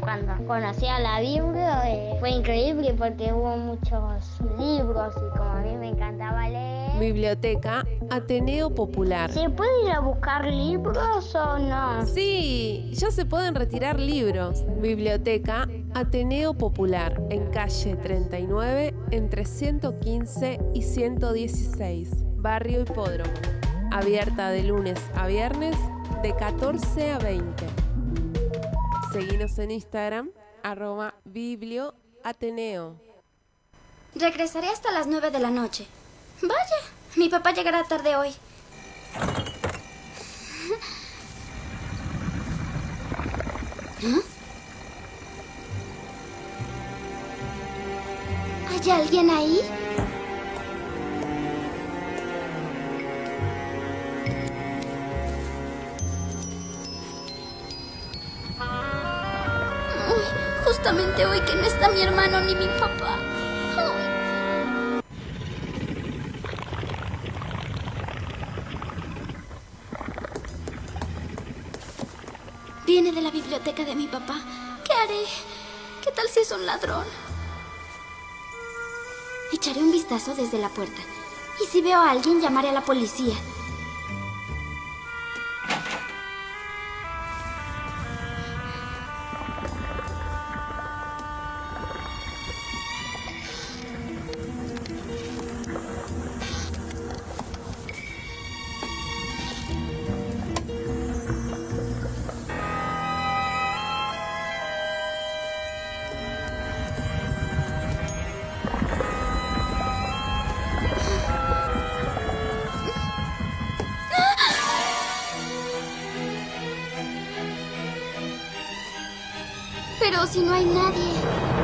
cuando conocí a la Biblia fue increíble porque hubo muchos libros y como a mí me encantaba leer. Biblioteca Ateneo Popular. ¿Se puede ir a buscar libros o no? Sí, ya se pueden retirar libros. Biblioteca Ateneo Popular, en calle 39, entre 115 y 116, Barrio Hipódromo. Abierta de lunes a viernes, de 14 a 20. Seguinos en Instagram, @biblioateneo. Regresaré hasta las 9 de la noche. Vaya, mi papá llegará tarde hoy. ¿Ah? ¿Hay alguien ahí? Justamente hoy que no está mi hermano ni mi papá. Viene de la biblioteca de mi papá. ¿Qué haré? ¿Qué tal si es un ladrón? Echaré un vistazo desde la puerta. Y si veo a alguien, llamaré a la policía. Pero si no hay nadie.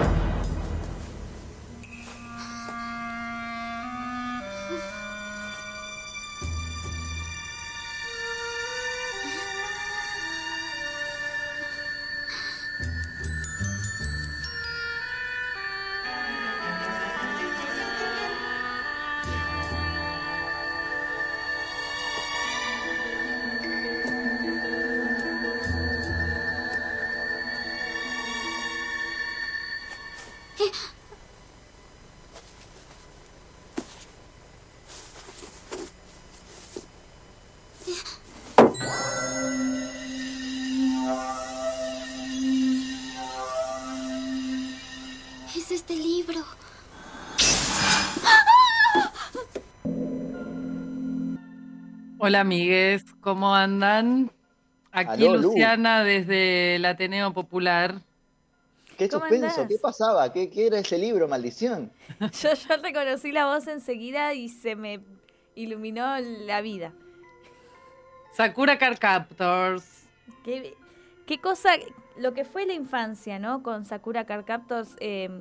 Es este libro. Hola amigues, ¿cómo andan? Aquí Aló, Lu. Luciana desde el Ateneo Popular. Qué ¿Cómo suspenso, andás? ¿qué pasaba? ¿Qué era ese libro, maldición? Yo reconocí la voz enseguida y se me iluminó la vida. Sakura Card Captors. Qué cosa, lo que fue la infancia, ¿no? Con Sakura Card Captors,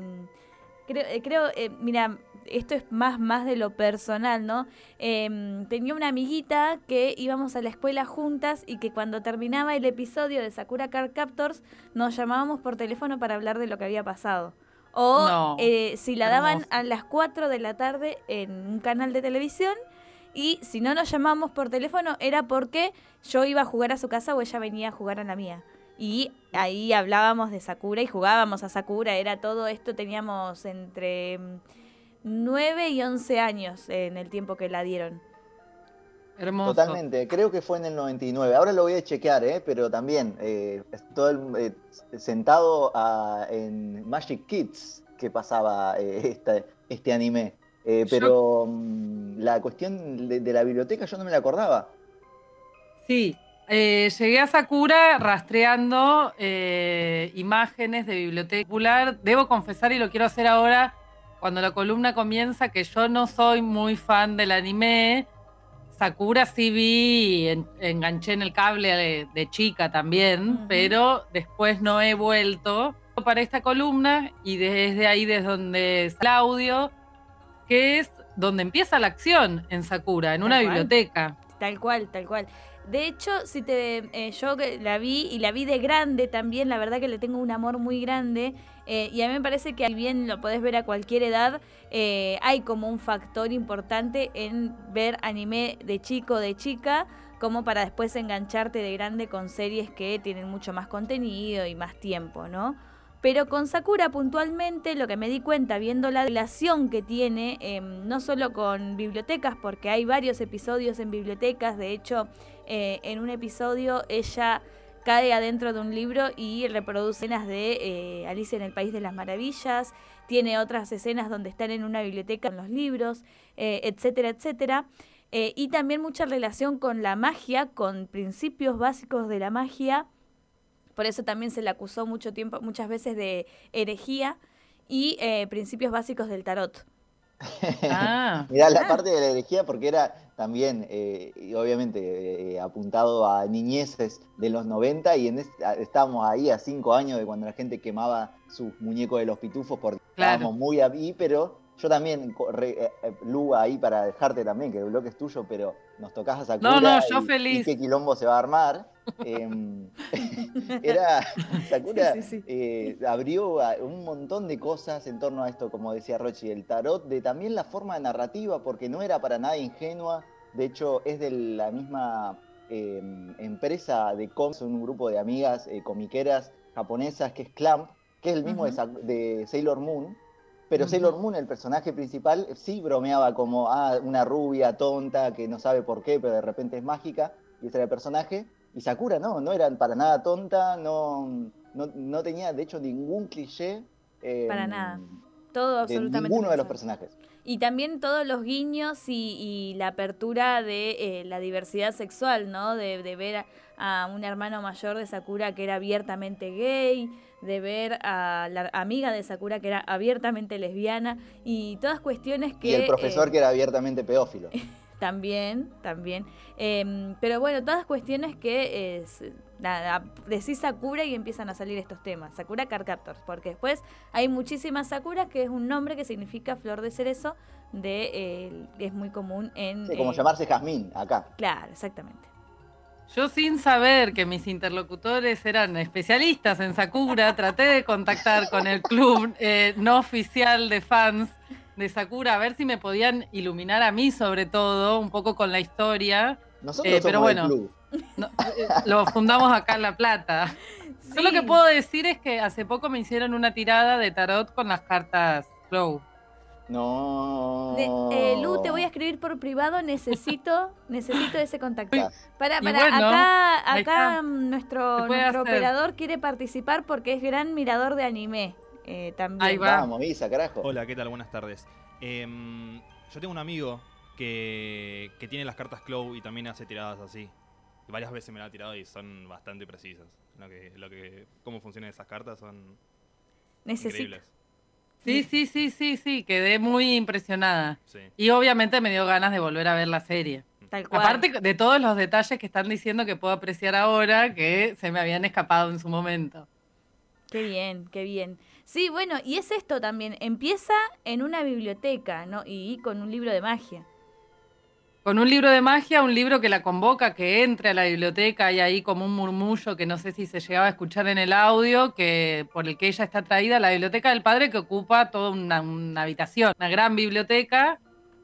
mira, esto es más de lo personal, ¿no? Tenía una amiguita que íbamos a la escuela juntas y que cuando terminaba el episodio de Sakura Card Captors nos llamábamos por teléfono para hablar de lo que había pasado. O No, si la daban hermoso. a las 4 de la tarde en un canal de televisión. Y si no nos llamábamos por teléfono era porque yo iba a jugar a su casa o ella venía a jugar a la mía. Y ahí hablábamos de Sakura y jugábamos a Sakura. Era todo esto, teníamos entre 9 y 11 años en el tiempo que la dieron. Hermoso. Totalmente, creo que fue en el 99. Ahora lo voy a chequear, pero también sentado en Magic Kids que pasaba este anime. Pero la cuestión de la biblioteca yo no me la acordaba. Sí, llegué a Sakura rastreando imágenes de Biblioteca Popular. Debo confesar, y lo quiero hacer ahora, cuando la columna comienza, que yo no soy muy fan del anime. Sakura sí vi, enganché en el cable de chica también, pero después no he vuelto para esta columna, y desde ahí, desde donde es el audio, que es donde empieza la acción en Sakura, en una biblioteca. Tal cual. De hecho, yo la vi y la vi de grande también, la verdad que le tengo un amor muy grande, y a mí me parece que, si bien lo podés ver a cualquier edad, hay como un factor importante en ver anime de chico o de chica, como para después engancharte de grande con series que tienen mucho más contenido y más tiempo, ¿no? Pero con Sakura puntualmente lo que me di cuenta viendo la relación que tiene, no solo con bibliotecas, porque hay varios episodios en bibliotecas, de hecho en un episodio ella cae adentro de un libro y reproduce escenas de Alicia en el País de las Maravillas, tiene otras escenas donde están en una biblioteca con los libros, etcétera, etcétera. Y también mucha relación con la magia, con principios básicos de la magia. Por eso también se le acusó muchas veces de herejía y principios básicos del tarot. Mirá la parte de la herejía, porque era también, obviamente, apuntado a niñeces de los 90 y estábamos ahí a 5 años de cuando la gente quemaba sus muñecos de los pitufos porque estábamos muy ahí, pero yo también, Lu, ahí para dejarte también, que el bloque es tuyo, pero nos tocás a Sakura. No, yo feliz. Y qué quilombo se va a armar. Sakura abrió un montón de cosas en torno a esto, como decía Rochi, el tarot, de también la forma de narrativa, porque no era para nada ingenua. De hecho, es de la misma empresa de cómics, un grupo de amigas comiqueras japonesas, que es Clamp, que es el mismo de Sailor Moon. Pero Sailor Moon, el personaje principal, sí bromeaba como una rubia tonta que no sabe por qué, pero de repente es mágica, y ese era el personaje. Y Sakura no era para nada tonta, no tenía de hecho ningún cliché. Para nada. Todo absolutamente. Ninguno de los personajes. Y también todos los guiños y la apertura de la diversidad sexual, ¿no? De ver a un hermano mayor de Sakura que era abiertamente gay, de ver a la amiga de Sakura que era abiertamente lesbiana, y todas cuestiones que... Y el profesor que era abiertamente pedófilo. También. Pero bueno, todas cuestiones que decís Sakura y empiezan a salir estos temas. Sakura Card Captors, porque después hay muchísimas Sakuras, que es un nombre que significa flor de cerezo, es muy común en... Sí, como llamarse Jazmín acá. Claro, exactamente. Yo, sin saber que mis interlocutores eran especialistas en Sakura, traté de contactar con el club no oficial de fans de Sakura, a ver si me podían iluminar a mí, sobre todo, un poco con la historia. Nosotros somos pero bueno, el club. Lo fundamos acá en La Plata. Sí. Yo lo que puedo decir es que hace poco me hicieron una tirada de tarot con las cartas Flow. No. Lu, te voy a escribir por privado, necesito ese contacto. Para, bueno, acá nuestro operador quiere participar porque es gran mirador de anime. También. Ahí va. Vamos, Isa, carajo. Hola, ¿qué tal? Buenas tardes. Yo tengo un amigo que tiene las cartas Clow y también hace tiradas así. Y varias veces me la ha tirado y son bastante precisas. Cómo funcionan esas cartas son increíbles. Sí, quedé muy impresionada. Sí. Y obviamente me dio ganas de volver a ver la serie. Tal cual. Aparte de todos los detalles que están diciendo que puedo apreciar ahora, que se me habían escapado en su momento. Qué bien, qué bien. Sí, bueno, y es esto también. Empieza en una biblioteca, ¿no? Y con un libro de magia. Con un libro de magia, un libro que la convoca, que entre a la biblioteca, y ahí como un murmullo que no sé si se llegaba a escuchar en el audio, que por el que ella está traída a la biblioteca del padre, que ocupa toda una habitación, una gran biblioteca,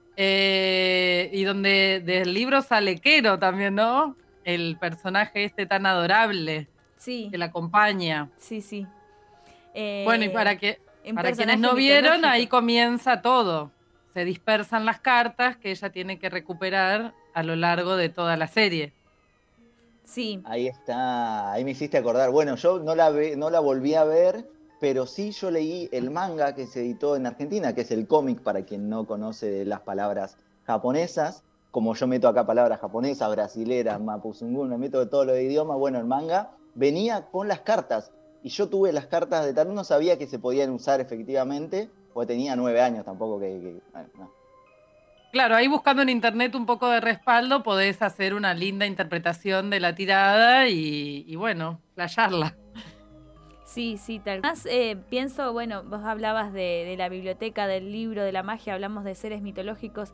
y donde del libro sale Quero también, ¿no? El personaje este tan adorable, Sí. que la acompaña. Sí. Bueno, y para quienes no vieron, ahí comienza todo. Se dispersan las cartas que ella tiene que recuperar a lo largo de toda la serie. Sí. Ahí está, ahí me hiciste acordar. Bueno, yo no la volví a ver, pero sí yo leí el manga que se editó en Argentina, que es el cómic, para quien no conoce las palabras japonesas. Como yo meto acá palabras japonesas, brasileras, mapuzungún, me meto de todos los idiomas. Bueno, el manga venía con las cartas. Y yo tuve las cartas de tarot, no sabía que se podían usar efectivamente, porque tenía 9 años tampoco no. Claro, ahí buscando en internet un poco de respaldo podés hacer una linda interpretación de la tirada y bueno, playarla. Sí, tal. Más pienso, bueno, vos hablabas de la biblioteca, del libro, de la magia, hablamos de seres mitológicos,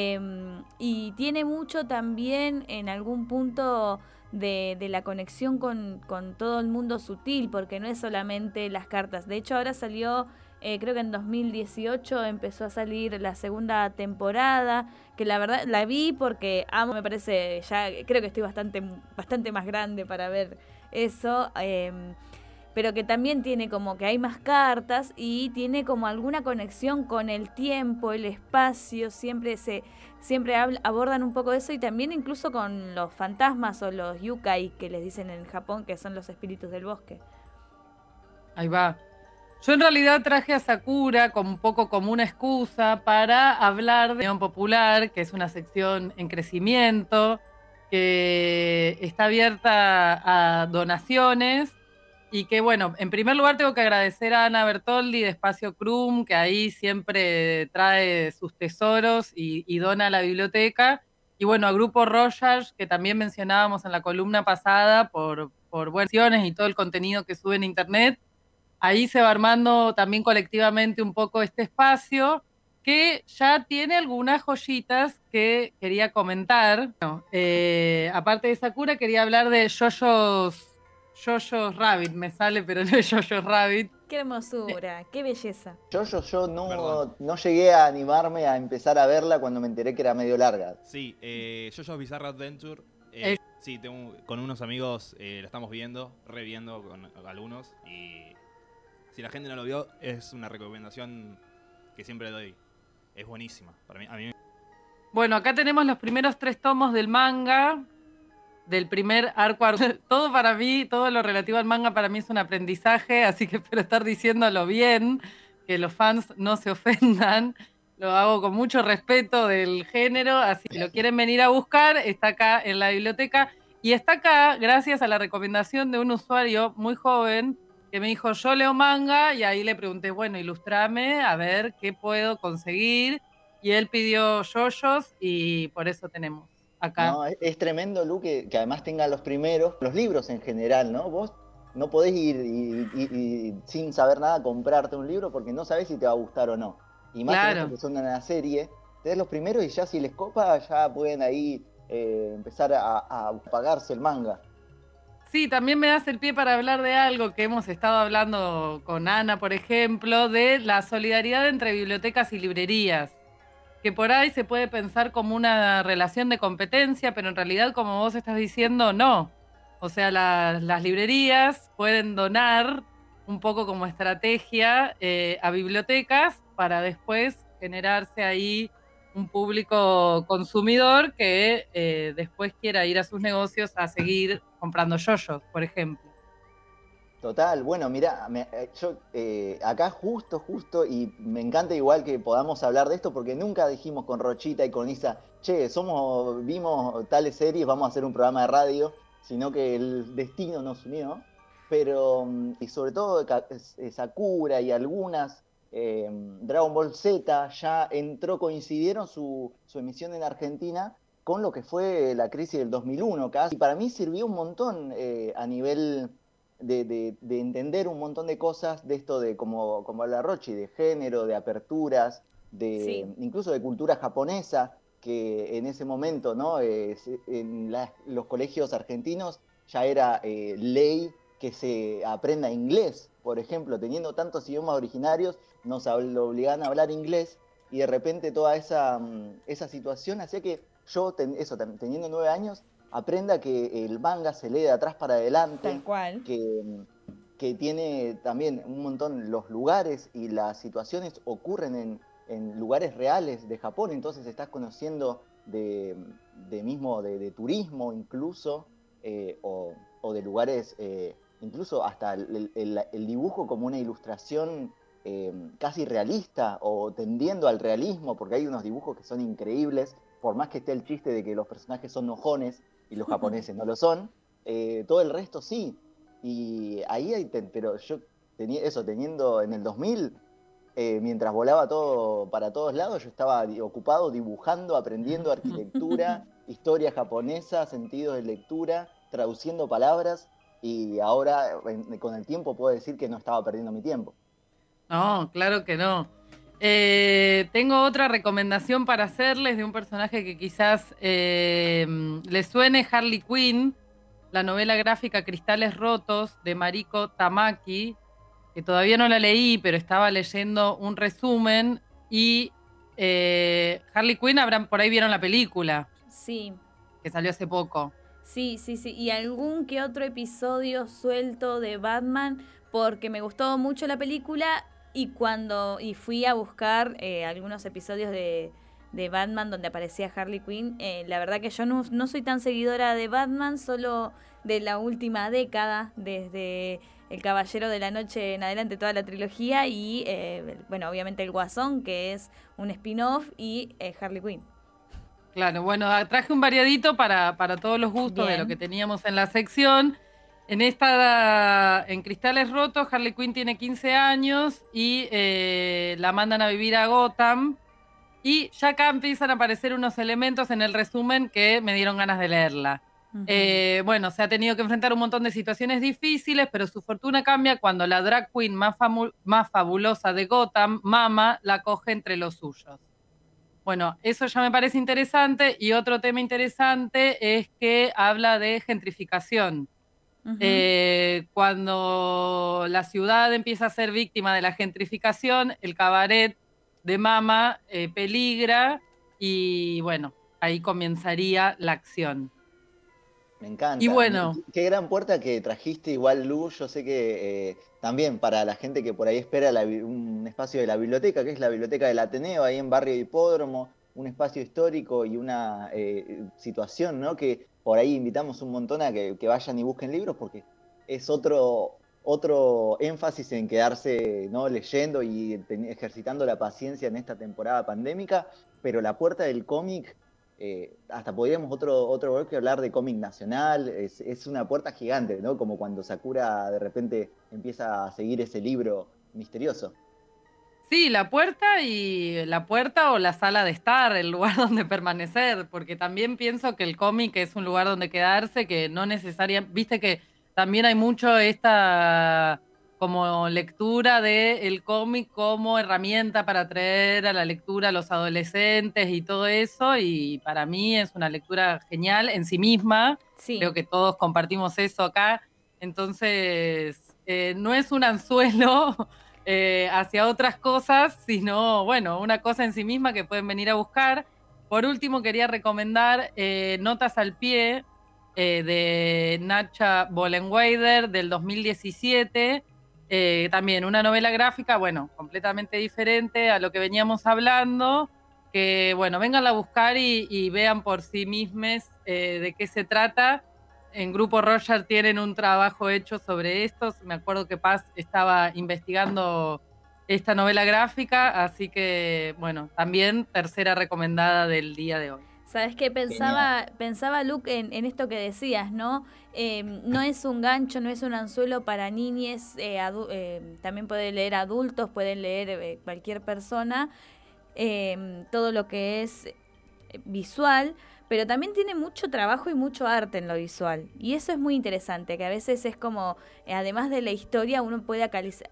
y tiene mucho también en algún punto de la conexión con todo el mundo sutil, porque no es solamente las cartas. De hecho, ahora salió, creo que en 2018 empezó a salir la segunda temporada, que la verdad la vi porque amo, me parece, ya creo que estoy bastante más grande para ver eso, pero que también tiene como que hay más cartas y tiene como alguna conexión con el tiempo, el espacio, siempre abordan un poco de eso, y también incluso con los fantasmas o los yukai que les dicen en Japón, que son los espíritus del bosque. Ahí va. Yo en realidad traje a Sakura como un poco como una excusa para hablar de Unión Popular, que es una sección en crecimiento, que está abierta a donaciones. Y que bueno, en primer lugar tengo que agradecer a Ana Bertoldi de Espacio Crum, que ahí siempre trae sus tesoros y dona a la biblioteca. Y bueno, a Grupo Rogers, que también mencionábamos en la columna pasada, por buenas acciones y todo el contenido que sube en internet. Ahí se va armando también colectivamente un poco este espacio, que ya tiene algunas joyitas que quería comentar. Bueno, aparte de Sakura, quería hablar de Jojo's Rabbit, me sale, pero no es Jojo's Rabbit. Qué hermosura, qué belleza. Yo no llegué a animarme a empezar a verla cuando me enteré que era medio larga. Sí, Jojo's Bizarre Adventure. Sí, con unos amigos la estamos reviendo con algunos. Y si la gente no lo vio, es una recomendación que siempre doy. Es buenísima. A mí. Bueno, acá tenemos los primeros 3 tomos del manga. Del primer arco. Todo para mí, todo lo relativo al manga para mí es un aprendizaje, así que espero estar diciéndolo bien, que los fans no se ofendan. Lo hago con mucho respeto del género, así que si lo quieren venir a buscar, está acá en la biblioteca. Y está acá gracias a la recomendación de un usuario muy joven que me dijo, yo leo manga, y ahí le pregunté, bueno, ilustrame, a ver qué puedo conseguir. Y él pidió JoJo's y por eso tenemos acá. No, es tremendo, Lu, que además tenga los primeros, los libros en general, ¿no? Vos no podés ir y sin saber nada comprarte un libro porque no sabés si te va a gustar o no. Y más claro, que son una serie, tenés los primeros y ya si les copa, ya pueden ahí empezar a pagarse el manga. Sí, también me das el pie para hablar de algo que hemos estado hablando con Ana, por ejemplo, de la solidaridad entre bibliotecas y librerías, que por ahí se puede pensar como una relación de competencia, pero en realidad, como vos estás diciendo, no. O sea, las librerías pueden donar un poco como estrategia a bibliotecas para después generarse ahí un público consumidor que después quiera ir a sus negocios a seguir comprando yoyos, por ejemplo. Total, bueno, mirá, yo acá justo, y me encanta igual que podamos hablar de esto porque nunca dijimos con Rochita y con Isa, che, vimos tales series, vamos a hacer un programa de radio, sino que el destino nos unió, pero, y sobre todo Sakura y algunas, Dragon Ball Z ya coincidieron su emisión en Argentina con lo que fue la crisis del 2001 casi, y para mí sirvió un montón a nivel de entender un montón de cosas de esto de, como habla Rochi, de género, de aperturas, incluso de cultura japonesa, que en ese momento, ¿no? En los colegios argentinos ya era ley que se aprenda inglés, por ejemplo, teniendo tantos idiomas originarios, nos obligaban a hablar inglés, y de repente toda esa situación hacía que yo, teniendo 9 años, aprenda que el manga se lee de atrás para adelante. Tal cual. Que tiene también un montón, los lugares y las situaciones ocurren en lugares reales de Japón, entonces estás conociendo de turismo incluso, o de lugares, incluso hasta el dibujo como una ilustración casi realista o tendiendo al realismo, porque hay unos dibujos que son increíbles, por más que esté el chiste de que los personajes son nojones y los japoneses no lo son, todo el resto sí. Y ahí pero yo teniendo en el 2000, mientras volaba todo para todos lados, yo estaba ocupado dibujando, aprendiendo arquitectura, historia japonesa, sentidos de lectura, traduciendo palabras, y ahora con el tiempo puedo decir que no estaba perdiendo mi tiempo. No, claro que no. Tengo otra recomendación para hacerles de un personaje que quizás les suene, Harley Quinn, la novela gráfica Cristales Rotos de Mariko Tamaki, que todavía no la leí, pero estaba leyendo un resumen, y Harley Quinn, por ahí vieron la película. Sí. Que salió hace poco. Sí. Y algún que otro episodio suelto de Batman, porque me gustó mucho la película y fui a buscar algunos episodios de Batman donde aparecía Harley Quinn. La verdad que yo no soy tan seguidora de Batman, solo de la última década, desde El Caballero de la Noche en adelante, toda la trilogía, y bueno, obviamente El Guasón, que es un spin-off, y Harley Quinn. Claro, bueno, traje un variadito para todos los gustos. Bien. De lo que teníamos en la sección. En Cristales Rotos, Harley Quinn tiene 15 años y la mandan a vivir a Gotham. Y ya acá empiezan a aparecer unos elementos en el resumen que me dieron ganas de leerla. Uh-huh. Bueno, se ha tenido que enfrentar un montón de situaciones difíciles, pero su fortuna cambia cuando la drag queen más fabulosa de Gotham, Mama, la coge entre los suyos. Bueno, eso ya me parece interesante. Y otro tema interesante es que habla de gentrificación. Uh-huh. Cuando la ciudad empieza a ser víctima de la gentrificación, el cabaret de Mama peligra y bueno, ahí comenzaría la acción. Me encanta. Y bueno, qué gran puerta que trajiste, igual, Lu. Yo sé que también para la gente que por ahí espera un espacio de la biblioteca, que es la Biblioteca del Ateneo, ahí en Barrio Hipódromo, un espacio histórico y una situación, ¿no? Que por ahí invitamos un montón a que vayan y busquen libros, porque es otro énfasis en quedarse, ¿no?, leyendo y ejercitando la paciencia en esta temporada pandémica, pero la puerta del cómic, hasta podríamos otro bloque hablar de cómic nacional, es una puerta gigante, ¿no? Como cuando Sakura de repente empieza a seguir ese libro misterioso. Sí, la puerta o la sala de estar, el lugar donde permanecer, porque también pienso que el cómic es un lugar donde quedarse, que no necesariamente, viste que también hay mucho esta como lectura del cómic como herramienta para atraer a la lectura a los adolescentes y todo eso, y para mí es una lectura genial en sí misma. Sí. Creo que todos compartimos eso acá, entonces no es un anzuelo hacia otras cosas, sino, bueno, una cosa en sí misma que pueden venir a buscar. Por último, quería recomendar Notas al Pie, de Nacha Bollenweider, del 2017. También una novela gráfica, bueno, completamente diferente a lo que veníamos hablando. Que, bueno, vénganla a buscar y vean por sí mismos de qué se trata. En Grupo Roger tienen un trabajo hecho sobre esto. Me acuerdo que Paz estaba investigando esta novela gráfica, así que, bueno, también tercera recomendada del día de hoy. ¿Sabes qué? Pensaba Luke, en esto que decías, ¿no? No es un gancho, no es un anzuelo para niñes, también pueden leer adultos, pueden leer cualquier persona, todo lo que es visual, pero también tiene mucho trabajo y mucho arte en lo visual. Y eso es muy interesante, que a veces es como, además de la historia, uno puede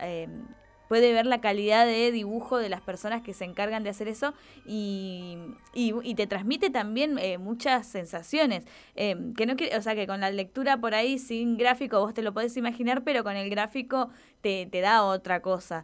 ver la calidad de dibujo de las personas que se encargan de hacer eso y te transmite también muchas sensaciones. O sea, que con la lectura por ahí sin gráfico vos te lo podés imaginar, pero con el gráfico te da otra cosa.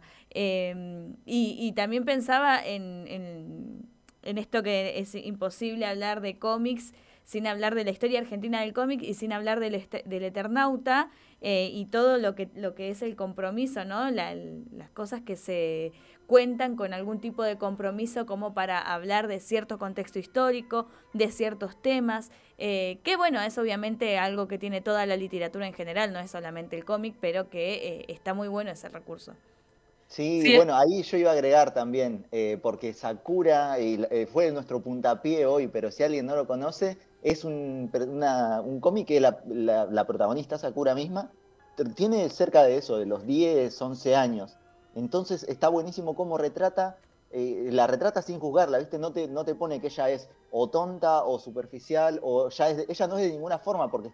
Y también pensaba en esto que es imposible hablar de cómics sin hablar de la historia argentina del cómic y sin hablar del Eternauta, y todo lo que es el compromiso, ¿no? Las cosas que se cuentan con algún tipo de compromiso como para hablar de cierto contexto histórico, de ciertos temas, que bueno, es obviamente algo que tiene toda la literatura en general, no es solamente el cómic, pero que está muy bueno ese recurso. Sí, bueno, ahí yo iba a agregar también, porque Sakura fue nuestro puntapié hoy, pero si alguien no lo conoce, es un cómic que la protagonista, Sakura misma, tiene cerca de eso, de los 10, 11 años. Entonces está buenísimo cómo la retrata sin juzgarla, ¿viste? No te pone que ella es o tonta o superficial, o ella no es de ninguna forma, porque está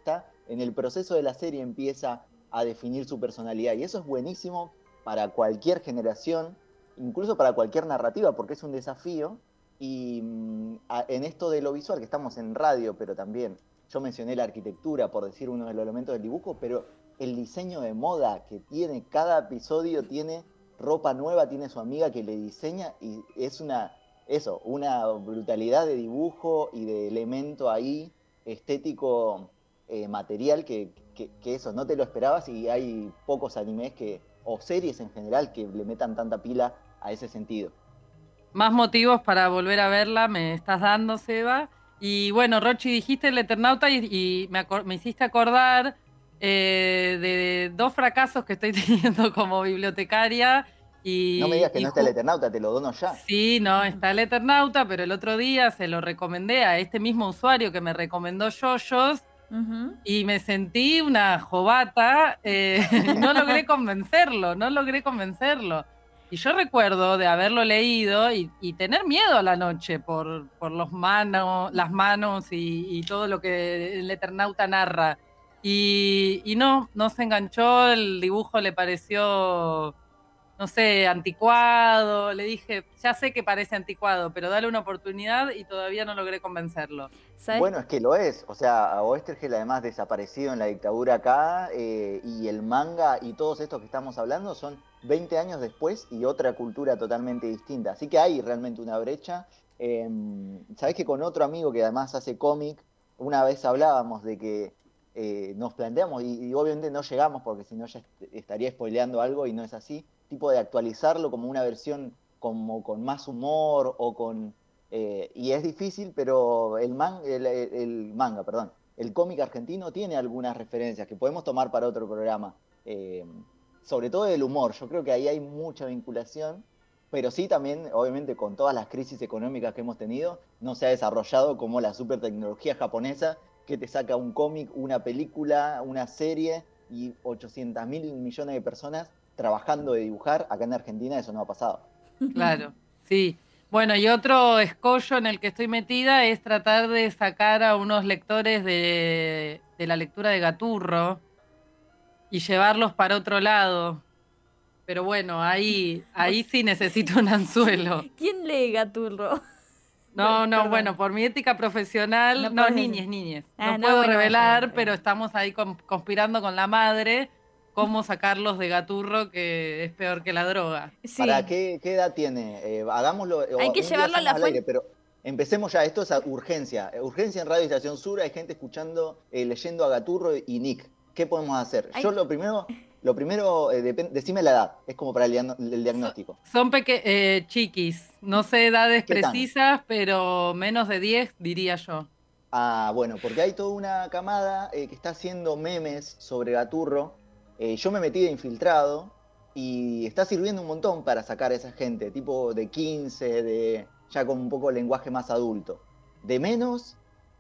en el proceso de la serie empieza a definir su personalidad. Y eso es buenísimo para cualquier generación, incluso para cualquier narrativa, porque es un desafío. Y en esto de lo visual, que estamos en radio, pero también yo mencioné la arquitectura, por decir uno de los elementos del dibujo, pero el diseño de moda que tiene, cada episodio tiene ropa nueva, tiene su amiga que le diseña, y es una brutalidad de dibujo y de elemento ahí, estético, material, que eso, no te lo esperabas, y hay pocos animes o series en general que le metan tanta pila a ese sentido. Más motivos para volver a verla me estás dando, Seba. Y bueno, Rochi, dijiste El Eternauta y me hiciste acordar de 2 fracasos que estoy teniendo como bibliotecaria. No me digas que no está El Eternauta, te lo dono ya. Sí, no, está El Eternauta, pero el otro día se lo recomendé a este mismo usuario que me recomendó Yoyos. Y me sentí una jovata, no logré convencerlo. Y yo recuerdo de haberlo leído y tener miedo a la noche por las manos y todo lo que el Eternauta narra. Y no se enganchó, el dibujo le pareció, no sé, anticuado. Le dije, ya sé que parece anticuado, pero dale una oportunidad, y todavía no logré convencerlo. ¿Sabes? Bueno, es que lo es. O sea, Oestergel además desaparecido en la dictadura acá, y el manga y todos estos que estamos hablando son 20 años después y otra cultura totalmente distinta. Así que hay realmente una brecha. Sabés que con otro amigo que además hace cómic, una vez hablábamos de que nos planteamos, y obviamente no llegamos porque si no ya estaría spoileando algo y no es así, tipo de actualizarlo como una versión como con más humor o con... y es difícil, pero el cómic argentino tiene algunas referencias que podemos tomar para otro programa, sobre todo del humor. Yo creo que ahí hay mucha vinculación, pero sí también, obviamente, con todas las crisis económicas que hemos tenido, no se ha desarrollado como la super tecnología japonesa que te saca un cómic, una película, una serie y 800.000 millones de personas trabajando de dibujar. Acá en Argentina eso no ha pasado. Claro, sí. Bueno, y otro escollo en el que estoy metida es tratar de sacar a unos lectores de la lectura de Gaturro y llevarlos para otro lado. Pero bueno, ahí sí necesito un anzuelo. ¿Quién lee Gaturro? No, bueno, por mi ética profesional, no, niñes. No puedo revelar, pero estamos ahí conspirando con la madre cómo sacarlos de Gaturro, que es peor que la droga. Sí. ¿Para qué edad tiene? Hagámoslo. Hay que llevarlo a la fuente. Pero empecemos ya, esto es urgencia. Urgencia en Radio Estación Sur, hay gente escuchando, leyendo a Gaturro y Nick. ¿Qué podemos hacer? Yo lo primero, decime la edad, es como para el diagnóstico. Son chiquis, no sé edades precisas, pero menos de 10 diría yo. Ah, bueno, porque hay toda una camada que está haciendo memes sobre Gaturro. Yo me metí de infiltrado y está sirviendo un montón para sacar a esa gente, tipo de 15, ya con un poco lenguaje más adulto. De menos,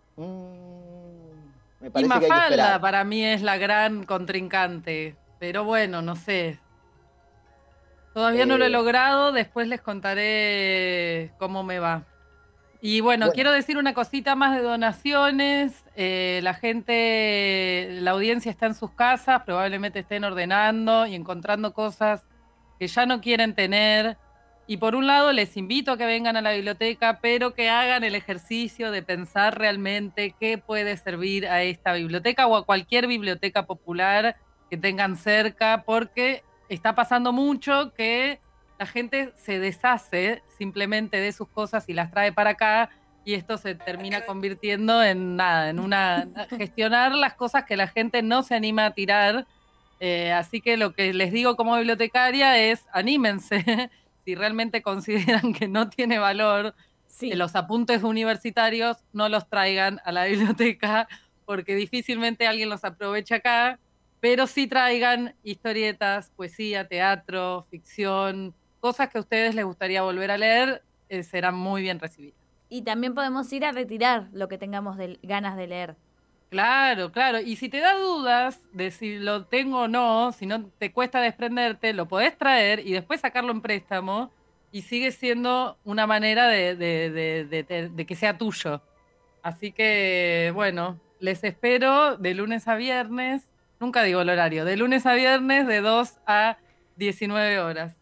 me parece que hay que esperar. Para mí es la gran contrincante, pero bueno, no sé. Todavía no lo he logrado, después les contaré cómo me va. Y bueno, quiero decir una cosita más de donaciones. La audiencia está en sus casas, probablemente estén ordenando y encontrando cosas que ya no quieren tener. Y por un lado les invito a que vengan a la biblioteca, pero que hagan el ejercicio de pensar realmente qué puede servir a esta biblioteca o a cualquier biblioteca popular que tengan cerca, porque está pasando mucho que la gente se deshace simplemente de sus cosas y las trae para acá, y esto se termina convirtiendo en gestionar las cosas que la gente no se anima a tirar. Así que lo que les digo como bibliotecaria es: anímense. Si realmente consideran que no tiene valor, los apuntes universitarios no los traigan a la biblioteca, porque difícilmente alguien los aprovecha acá, pero sí traigan historietas, poesía, teatro, ficción, cosas que a ustedes les gustaría volver a leer, serán muy bien recibidas. Y también podemos ir a retirar lo que tengamos ganas de leer. Claro. Y si te da dudas de si lo tengo o no, si no te cuesta desprenderte, lo podés traer y después sacarlo en préstamo, y sigue siendo una manera de que sea tuyo. Así que, bueno, les espero de lunes a viernes, nunca digo el horario, de lunes a viernes de 2 a 19 horas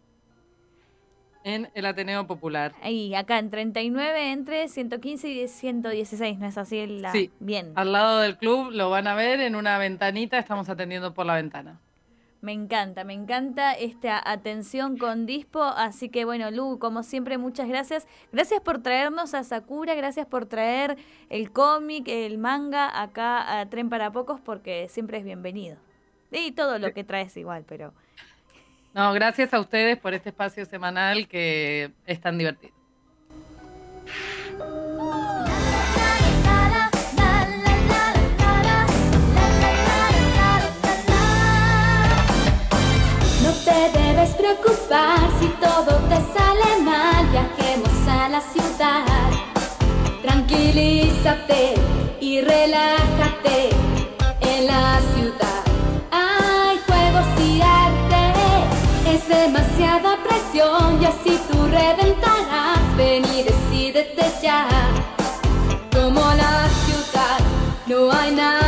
en el Ateneo Popular. Ahí, acá en 39 entre 115 y 116, ¿no es así? Sí, bien. Al lado del club lo van a ver en una ventanita, estamos atendiendo por la ventana. Me encanta esta atención con Dispo, así que bueno, Lu, como siempre, muchas gracias. Gracias por traernos a Sakura, gracias por traer el cómic, el manga acá a Tren para Pocos, porque siempre es bienvenido. Y todo lo que traes igual, pero... No, gracias a ustedes por este espacio semanal que es tan divertido. No te debes preocupar si todo te sale mal. Viajemos a la ciudad. Tranquilízate y relájate en la ciudad. Hay juegos y arte. Es demasiada presión y así tú reventarás. Ven y decídete ya. Como la ciudad no hay nada.